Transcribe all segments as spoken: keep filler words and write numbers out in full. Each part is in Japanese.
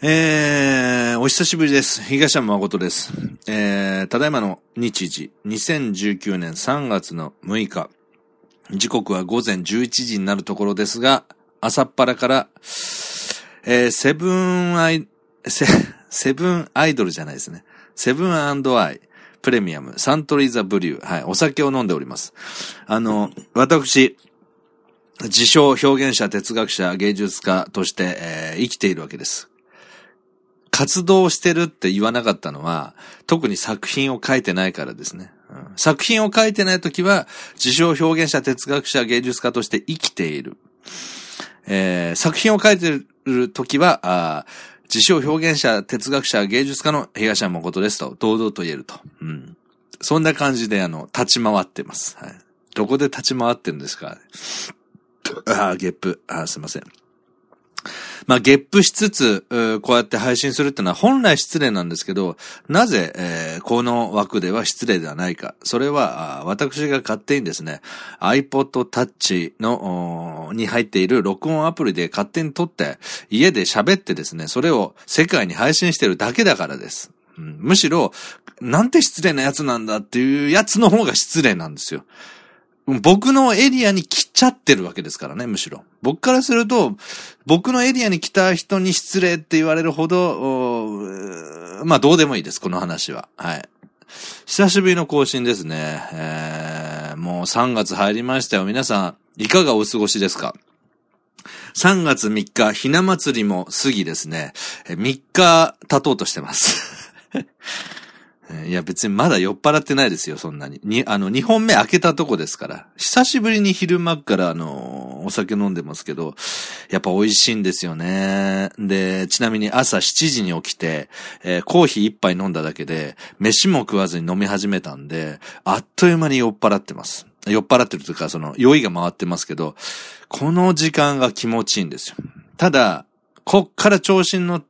えー、お久しぶりです。東山誠です。えー、ただいまの日時、にせんじゅうきゅうねんさんがつのむいか。時刻はごぜんじゅういちじになるところですが、朝っぱらから、えー、セブンアイ、セ、セブンアイドルじゃないですね。セブンアイプレミアム、サントリーザブリュー。はい、お酒を飲んでおります。あの、私、自称表現者、哲学者、芸術家として、えー、生きているわけです。活動してるって言わなかったのは、特に作品を書いてないからですね。うん、作品を書いてないときは、自称表現者、哲学者、芸術家として生きている。えー、作品を書いてるときは、あ自称表現者、哲学者、芸術家の東山誠ですと、堂々と言えると。うん。そんな感じで、あの、立ち回ってます。はい。どこで立ち回ってるんですか？あ、ゲップ。あ、すいません。まあ、ゲップしつつ、こうやって配信するってのは本来失礼なんですけど、なぜ、えー、この枠では失礼ではないか。それは、私が勝手にですね、iPod Touch の、に入っている録音アプリで勝手に撮って、家で喋ってですね、それを世界に配信してるだけだからです。うん、むしろ、なんて失礼なやつなんだっていうやつの方が失礼なんですよ。僕のエリアに来ちゃってるわけですからね、むしろ。僕からすると、僕のエリアに来た人に失礼って言われるほど、まあどうでもいいです、この話は。はい。久しぶりの更新ですね。えー、もうさんがつ入りましたよ。皆さん、いかがお過ごしですか？さんがつみっか、ひな祭りも過ぎですね。みっか経とうとしてます。いや別にまだ酔っ払ってないですよ、そんなに。に、あの、にほんめ開けたとこですから。久しぶりに昼間からあの、お酒飲んでますけど、やっぱ美味しいんですよね。で、ちなみに朝しちじに起きて、えー、コーヒー一杯飲んだだけで、飯も食わずに飲み始めたんで、あっという間に酔っ払ってます。酔っ払ってるというか、その、酔いが回ってますけど、この時間が気持ちいいんですよ。ただ、こっから調子に乗って、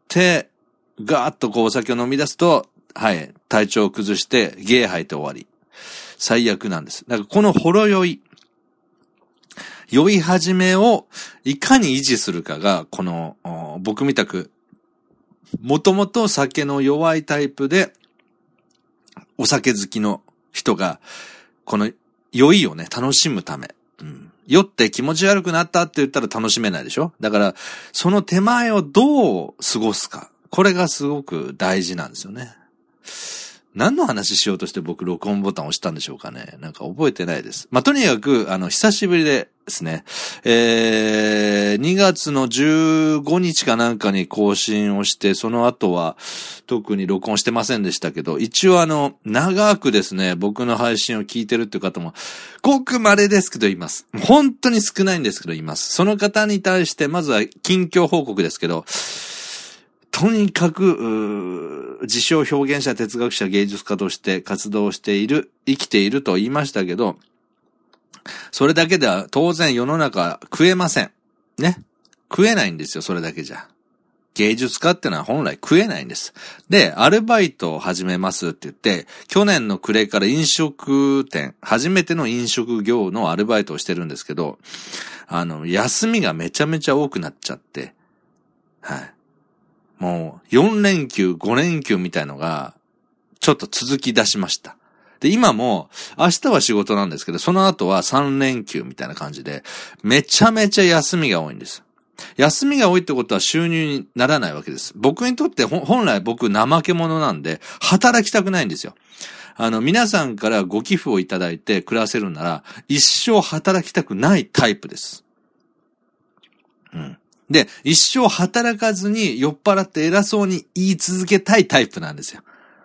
ガーッとこうお酒を飲み出すと、はい。体調を崩して、ゲー吐いて終わり。最悪なんです。だからこのほろ酔い、酔い始めをいかに維持するかが、この、僕みたく、もともと酒の弱いタイプで、お酒好きの人が、この酔いをね、楽しむため。うん、酔って気持ち悪くなったって言ったら楽しめないでしょ？だから、その手前をどう過ごすか。これがすごく大事なんですよね。何の話しようとして僕録音ボタンを押したんでしょうかね。なんか覚えてないです。まあ、とにかく、あの、久しぶりでですね、えー、にがつのじゅうごにちかなんかに更新をして、その後は特に録音してませんでしたけど、一応あの、長くですね、僕の配信を聞いてるっていう方も、ごく稀ですけどいます。本当に少ないんですけどいます。その方に対して、まずは近況報告ですけど、とにかく、自称表現者、哲学者、芸術家として活動している、生きていると言いましたけど、それだけでは当然世の中食えません。ね。食えないんですよ、それだけじゃ。芸術家ってのは本来食えないんです。で、アルバイトを始めますって言って、去年の暮れから飲食店、初めての飲食業のアルバイトをしてるんですけど、あの、休みがめちゃめちゃ多くなっちゃって、はい。もう、よんれんきゅう、ごれんきゅうみたいのが、ちょっと続き出しました。で、今も、明日は仕事なんですけど、その後はさんれんきゅうみたいな感じで、めちゃめちゃ休みが多いんです。休みが多いってことは収入にならないわけです。僕にとって本来僕怠け者なんで、働きたくないんですよ。あの、皆さんからご寄付をいただいて暮らせるなら、一生働きたくないタイプです。うん。で、一生働かずに酔っ払って偉そうに言い続けたいタイプなんですよ。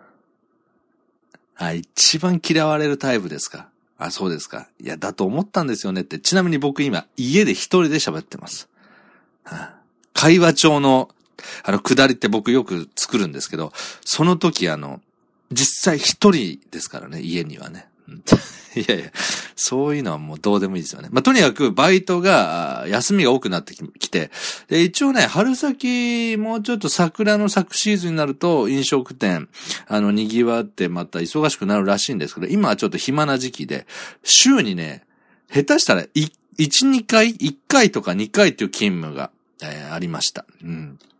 あ、一番嫌われるタイプですか？あ、そうですか。いや、だと思ったんですよねって。ちなみに僕今、家で一人で喋ってます。はあ、会話帳の、あの、下りって僕よく作るんですけど、その時あの、実際一人ですからね、家にはね。いやいや、そういうのはもうどうでもいいですよね。まあ、とにかくバイトが休みが多くなってきて、で、一応ね、春先もうちょっと桜の咲くシーズンになると飲食店、あの、賑わってまた忙しくなるらしいんですけど、今はちょっと暇な時期で、週にね、下手したらいち、にかい、いっかいとかにかいっていう勤務が、えー、ありました。うん。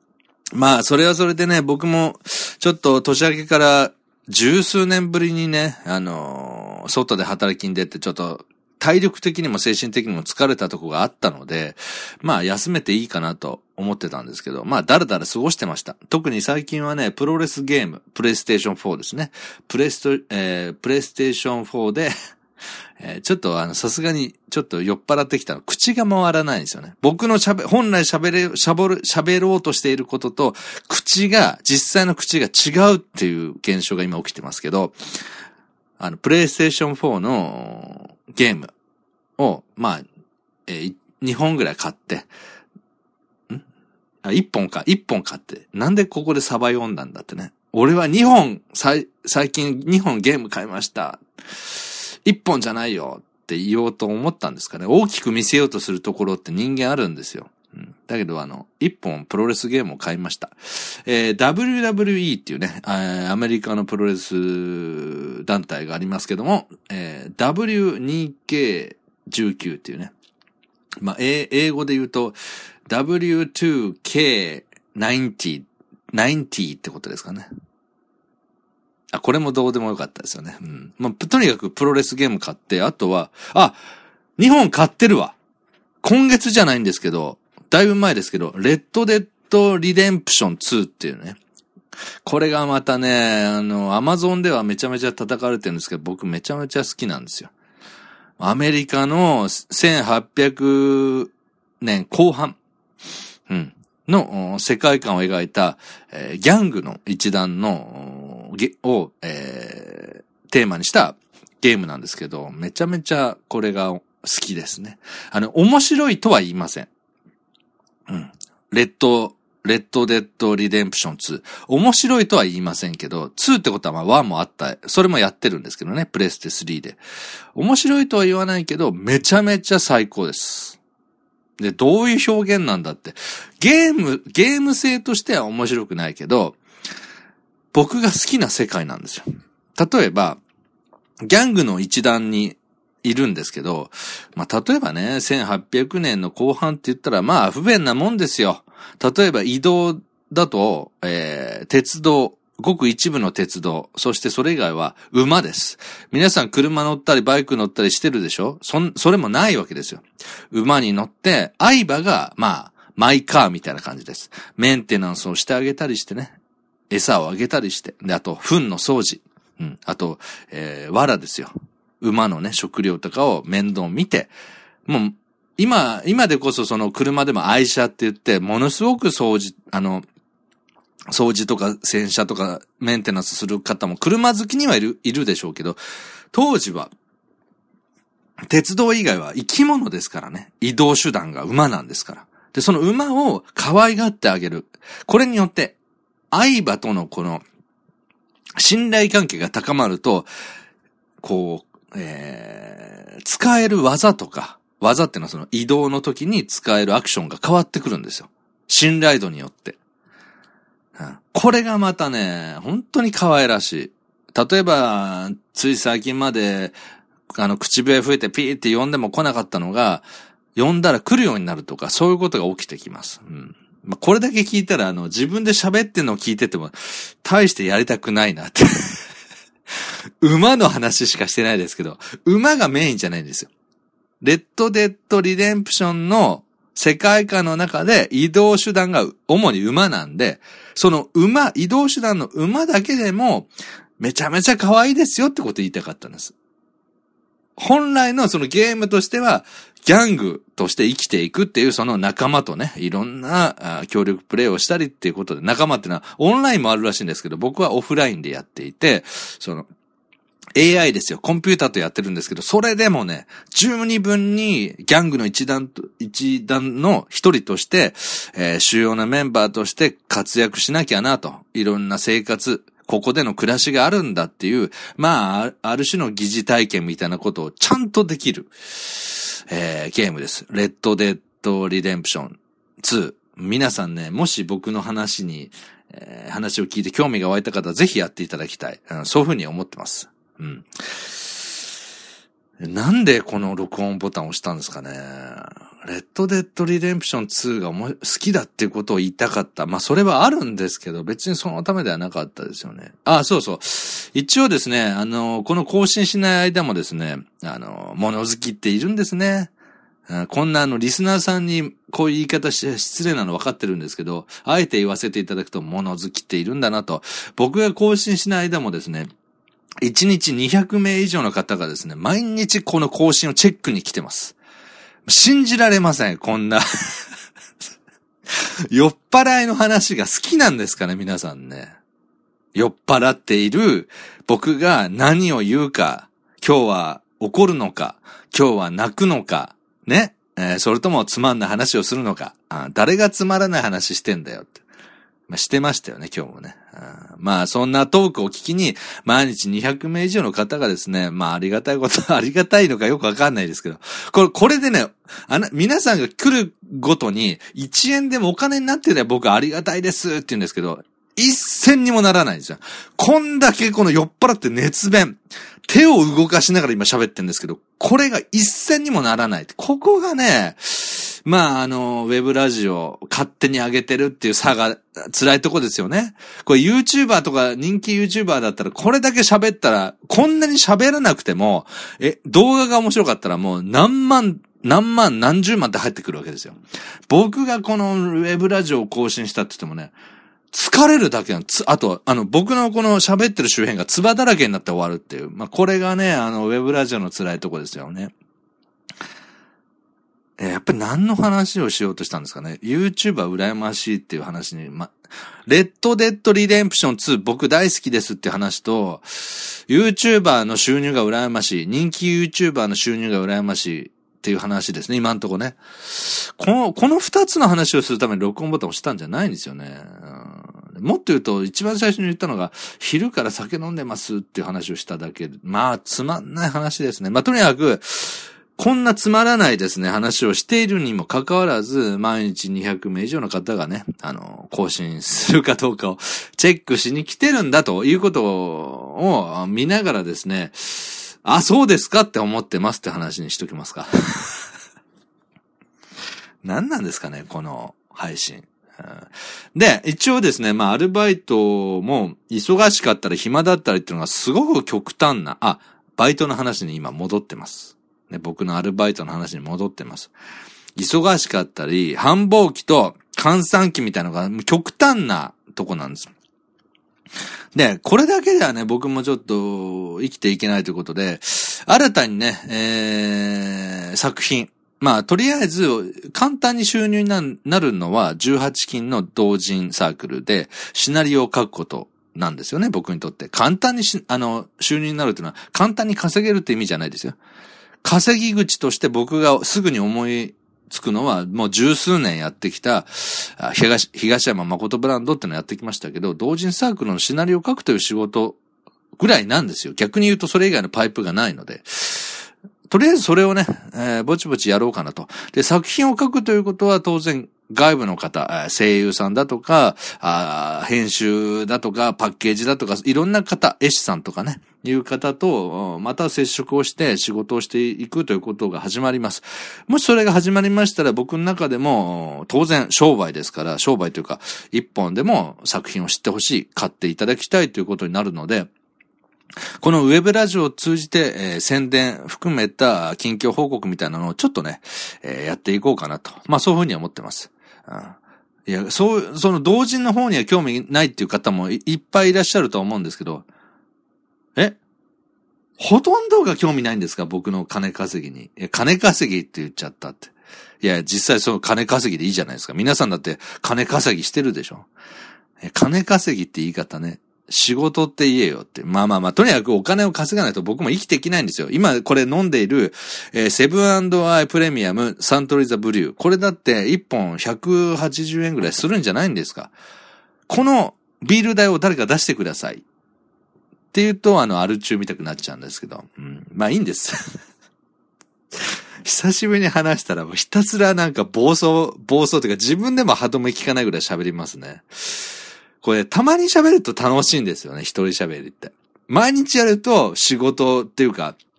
まあ、それはそれでね、僕も、ちょっと年明けから十数年ぶりにね、あのー、外で働きに出て、ちょっと、体力的にも精神的にも疲れたとこがあったので、まあ休めていいかなと思ってたんですけど、まあだらだら過ごしてました。特に最近はね、プロレスゲーム、プレイステーションフォーですね。プレスト、えー、プレイステーションフォーで、えー、ちょっとあの、さすがにちょっと酔っ払ってきたの、口が回らないんですよね。僕のしゃべ、本来喋れ、喋る、喋ろうとしていることと、口が、実際の口が違うっていう現象が今起きてますけど、あの、プレイステーションフォーのゲームを、まあ、えー、にほんぐらい買って、んあ、いっぽんか、いっぽん買って、なんでここでサバ読んだんだってね。俺はにほん、さい、最近にほんゲーム買いました。いっぽんじゃないよって言おうと思ったんですかね。大きく見せようとするところって人間あるんですよ。うん、だけどあの、いっぽんプロレスゲームを買いました。えー、ダブリューダブリューイー っていうね、アメリカのプロレス団体がありますけども、えー、ダブリューツーケーじゅうきゅう っていうね、まあ、英語で言うと ダブリューツーケーきゅうじゅう、きゅうじゅうってことですかね。あ、これもどうでもよかったですよね。うん。まあ、とにかくプロレスゲーム買って、あとは、あ、にほん買ってるわ。今月じゃないんですけど、だいぶ前ですけど、レッドデッドリデンプションツーっていうね。これがまたね、あの、アマゾンではめちゃめちゃ叩かれてるんですけど、僕めちゃめちゃ好きなんですよ。アメリカのせんはっぴゃくねんこう半、うん、の世界観を描いた、えー、ギャングの一団の、を、えー、テーマにしたゲームなんですけど、めちゃめちゃこれが好きですね。あの、面白いとは言いません。うん。レッド、レッドデッドリデンプションツー。面白いとは言いませんけど、ツーってことはまあワンもあった、それもやってるんですけどね、プレステスリーで。面白いとは言わないけど、めちゃめちゃ最高です。で、どういう表現なんだって。ゲーム、ゲーム性としては面白くないけど、僕が好きな世界なんですよ。例えば、ギャングの一団にいるんですけど、まあ、例えばね、せんはっぴゃくねんの後半って言ったら、まあ、不便なもんですよ。例えば移動だと、えー、鉄道、ごく一部の鉄道、そしてそれ以外は馬です。皆さん車乗ったりバイク乗ったりしてるでしょ？そん、それもないわけですよ。馬に乗って、相場が、まあ、マイカーみたいな感じです。メンテナンスをしてあげたりしてね。餌をあげたりして。で、あと、糞の掃除。うん。あと、えー、藁ですよ。馬のね、食料とかを面倒見て、もう、今、今でこそその車でも愛車って言って、ものすごく掃除、あの、掃除とか洗車とかメンテナンスする方も車好きにはいる、いるでしょうけど、当時は、鉄道以外は生き物ですからね。移動手段が馬なんですから。で、その馬を可愛がってあげる。これによって、相場とのこの、信頼関係が高まると、こう、えー、使える技とか、技っていうのはその移動の時に使えるアクションが変わってくるんですよ。信頼度によって。うん、これがまたね、本当に可愛らしい。例えば、つい最近まで、あの、口笛吹いてピーって呼んでも来なかったのが、呼んだら来るようになるとか、そういうことが起きてきます。うん。まあ、これだけ聞いたら、あの、自分で喋ってんのを聞いてても、大してやりたくないなって。馬の話しかしてないですけど、馬がメインじゃないんですよ。レッドデッドリデンプションの世界観の中で移動手段が主に馬なんで、その馬、移動手段の馬だけでもめちゃめちゃ可愛いですよってことを言いたかったんです。本来のそのゲームとしてはギャングとして生きていくっていうその仲間とね、いろんな協力プレイをしたりっていうことで、仲間っていうのはオンラインもあるらしいんですけど、僕はオフラインでやっていて、そのエーアイ ですよ。コンピューターとやってるんですけど、それでもね、十二分にギャングの一団と、一団の一人として、えー、主要なメンバーとして活躍しなきゃなと。いろんな生活、ここでの暮らしがあるんだっていう、まあ、ある種の疑似体験みたいなことをちゃんとできる、えー、ゲームです。レッドデッドリデンプションツー。皆さんね、もし僕の話に、えー、話を聞いて興味が湧いた方はぜひやっていただきたい。うん、そういうふうに思ってます。うん。 なんでこの録音ボタンを押したんですかね。レッドデッドリデンプションツーがも好きだっていうことを言いたかった。まあそれはあるんですけど、別にそのためではなかったですよね。あ、そうそう。一応ですね、あの、この更新しない間もですね、あの、物好きっているんですね。こんなあの、リスナーさんにこういう言い方して失礼なの分かってるんですけど、あえて言わせていただくと物好きっているんだなと。僕が更新しない間もですね、いちにちにひゃくめい以上の方がですね、毎日この更新をチェックに来てます。信じられません、こんな。酔っ払いの話が好きなんですかね、皆さんね。酔っ払っている僕が何を言うか、今日は怒るのか、今日は泣くのか、ね、えー、それともつまんない話をするのか、あ、誰がつまらない話してんだよって。まあ、してましたよね、今日もね。あ、まあ、そんなトークを聞きに、毎日にひゃくめい以上の方がですね、まあ、ありがたいこと、ありがたいのかよくわかんないですけど、これ、これでね、あの、皆さんが来るごとに、いちえんでもお金になってれば僕ありがたいですって言うんですけど、一銭にもならないんですよ。こんだけこの酔っ払って熱弁、手を動かしながら今喋ってるんですけど、これが一銭にもならない。ここがね、まあ、あの、ウェブラジオ勝手に上げてるっていう差が辛いとこですよね。これ YouTuber とか人気 YouTuber だったらこれだけ喋ったら、こんなに喋らなくても、え、動画が面白かったらもう何万、何万、何十万って入ってくるわけですよ。僕がこのウェブラジオを更新したって言ってもね、疲れるだけなの。つ、あと、あの、僕のこの喋ってる周辺が唾だらけになって終わるっていう。まあ、これがね、あの、ウェブラジオの辛いとこですよね。えー、やっぱり何の話をしようとしたんですかね。YouTuber 羨ましいっていう話に、ま、レッドデッドリデンプションツー僕大好きですって話と、YouTuber の収入が羨ましい、人気 YouTuber の収入が羨ましいっていう話ですね、今んとこね。この、この二つの話をするために録音ボタンを押したんじゃないんですよね。うん、もっと言うと、一番最初に言ったのが、昼から酒飲んでますっていう話をしただけで、まあ、つまんない話ですね。まあ、とにかく、こんなつまらないですね、話をしているにもかかわらず、毎日にひゃくめい以上の方がね、あの、更新するかどうかをチェックしに来てるんだということを見ながらですね、あ、そうですかって思ってますって話にしときますか。何なんですかね、この配信。で、一応ですね、まあ、アルバイトも忙しかったり暇だったりっていうのがすごく極端な、あ、バイトの話に今戻ってます。ね、僕のアルバイトの話に戻ってます。忙しかったり、繁忙期と閑散期みたいなのが極端なとこなんです。で、これだけではね、僕もちょっと生きていけないということで、新たにね、えー、作品。まあ、とりあえず、簡単に収入になるのは、じゅうはちきんの同人サークルで、シナリオを書くことなんですよね、僕にとって。簡単にし、あの、収入になるというのは、簡単に稼げるって意味じゃないですよ。稼ぎ口として僕がすぐに思いつくのは、もう十数年やってきた、東、東山誠ブランドってのをやってきましたけど、同人サークルのシナリオを書くという仕事ぐらいなんですよ。逆に言うとそれ以外のパイプがないので。とりあえずそれをね、えー、ぼちぼちやろうかなと。で、作品を書くということは当然、外部の方、声優さんだとか、あ編集だとか、パッケージだとか、いろんな方、絵師さんとかね、いう方と、また接触をして仕事をしていくということが始まります。もしそれが始まりましたら、僕の中でも、当然商売ですから、商売というか、一本でも作品を知ってほしい、買っていただきたいということになるので、このウェブラジオを通じて、えー、宣伝含めた近況報告みたいなのをちょっとね、えー、やっていこうかなと。まあそういうふうには思ってます。うん、いや、そう、その同人の方には興味ないっていう方も い, いっぱいいらっしゃると思うんですけど、えほとんどが興味ないんですか？僕の金稼ぎに。え、金稼ぎって言っちゃったって。いや、実際その金稼ぎでいいじゃないですか。皆さんだって金稼ぎしてるでしょ。え、金稼ぎって言い方ね。仕事って言えよって。まあまあまあ、とにかくお金を稼がないと僕も生きていけないんですよ。今これ飲んでいる、えー、セブン&アイプレミアムサントリーザブリュー。これだっていっぽんひゃくはちじゅうえんぐらいするんじゃないんですか。このビール代を誰か出してください。って言うと、あの、アル中見たくなっちゃうんですけど。うん、まあいいんです。久しぶりに話したらもうひたすらなんか暴走、暴走というか自分でも歯止め聞かないぐらい喋りますね。これ、たまに喋ると楽しいんですよね、一人喋りって。毎日やると仕事っていうか、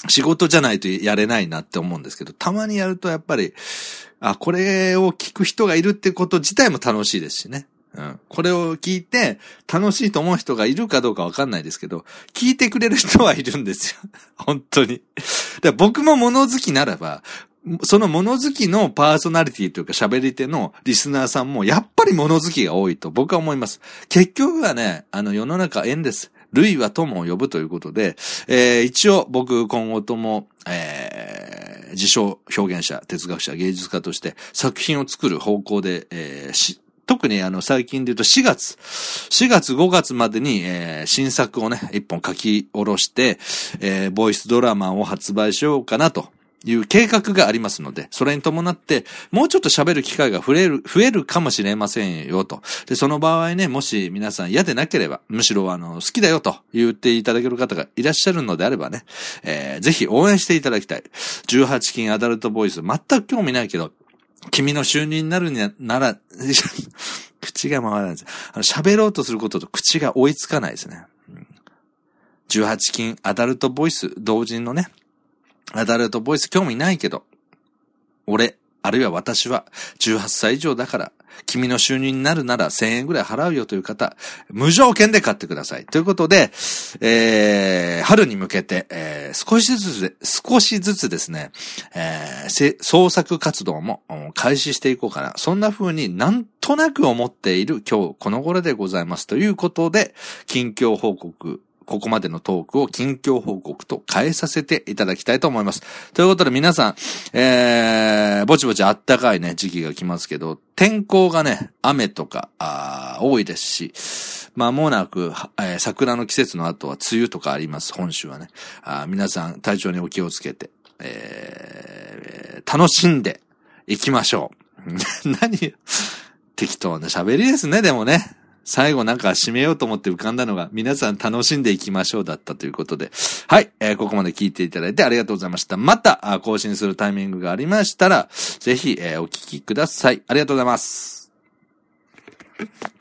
仕事じゃないとやれないなって思うんですけど、たまにやるとやっぱり、あ、これを聞く人がいるってこと自体も楽しいですしね。うん。これを聞いて楽しいと思う人がいるかどうかわかんないですけど、聞いてくれる人はいるんですよ。本当に。で僕も物好きならば、その物好きのパーソナリティというか喋り手のリスナーさんもやっぱり物好きが多いと僕は思います。結局はね、あの世の中縁です。類は友を呼ぶということで、えー、一応僕今後とも、えー、自称表現者、哲学者、芸術家として作品を作る方向で、えー、し特にあの最近で言うとしがつ、しがつごがつまでに、えー、新作をね、一本書き下ろして、えー、ボイスドラマを発売しようかなという計画がありますので、それに伴って、もうちょっと喋る機会が増える、増えるかもしれませんよと。で、その場合ね、もし皆さん嫌でなければ、むしろあの、好きだよと言っていただける方がいらっしゃるのであればね、えー、ぜひ応援していただきたい。じゅうはちきんアダルトボイス、全く興味ないけど、君の収入になるになら、口が回らないです。あの、喋ろうとすることと口が追いつかないですね。じゅうはちきんアダルトボイス、同人のね、アダルトボイス興味ないけど、俺、あるいは私はじゅうはっさい以上だから、君の収入になるならせんえんぐらい払うよという方、無条件で買ってください。ということで、えー、春に向けて、えー、少しずつで、少しずつですね、えー、創作活動も開始していこうかな。そんな風になんとなく思っている今日この頃でございます。ということで、近況報告、ここまでのトークを近況報告と変えさせていただきたいと思います。ということで皆さん、えー、ぼちぼちあったかいね、時期が来ますけど、天候がね、雨とか、あ多いですし、まもなく、えー、桜の季節の後は梅雨とかあります、本州はね。あ皆さん、体調にお気をつけて、えー、楽しんでいきましょう。何適当な喋りですね、でもね。最後なんか締めようと思って浮かんだのが、皆さん楽しんでいきましょうだったということで。はい、えー、ここまで聞いていただいてありがとうございました。また、更新するタイミングがありましたら、ぜひ、えー、お聞きください。ありがとうございます。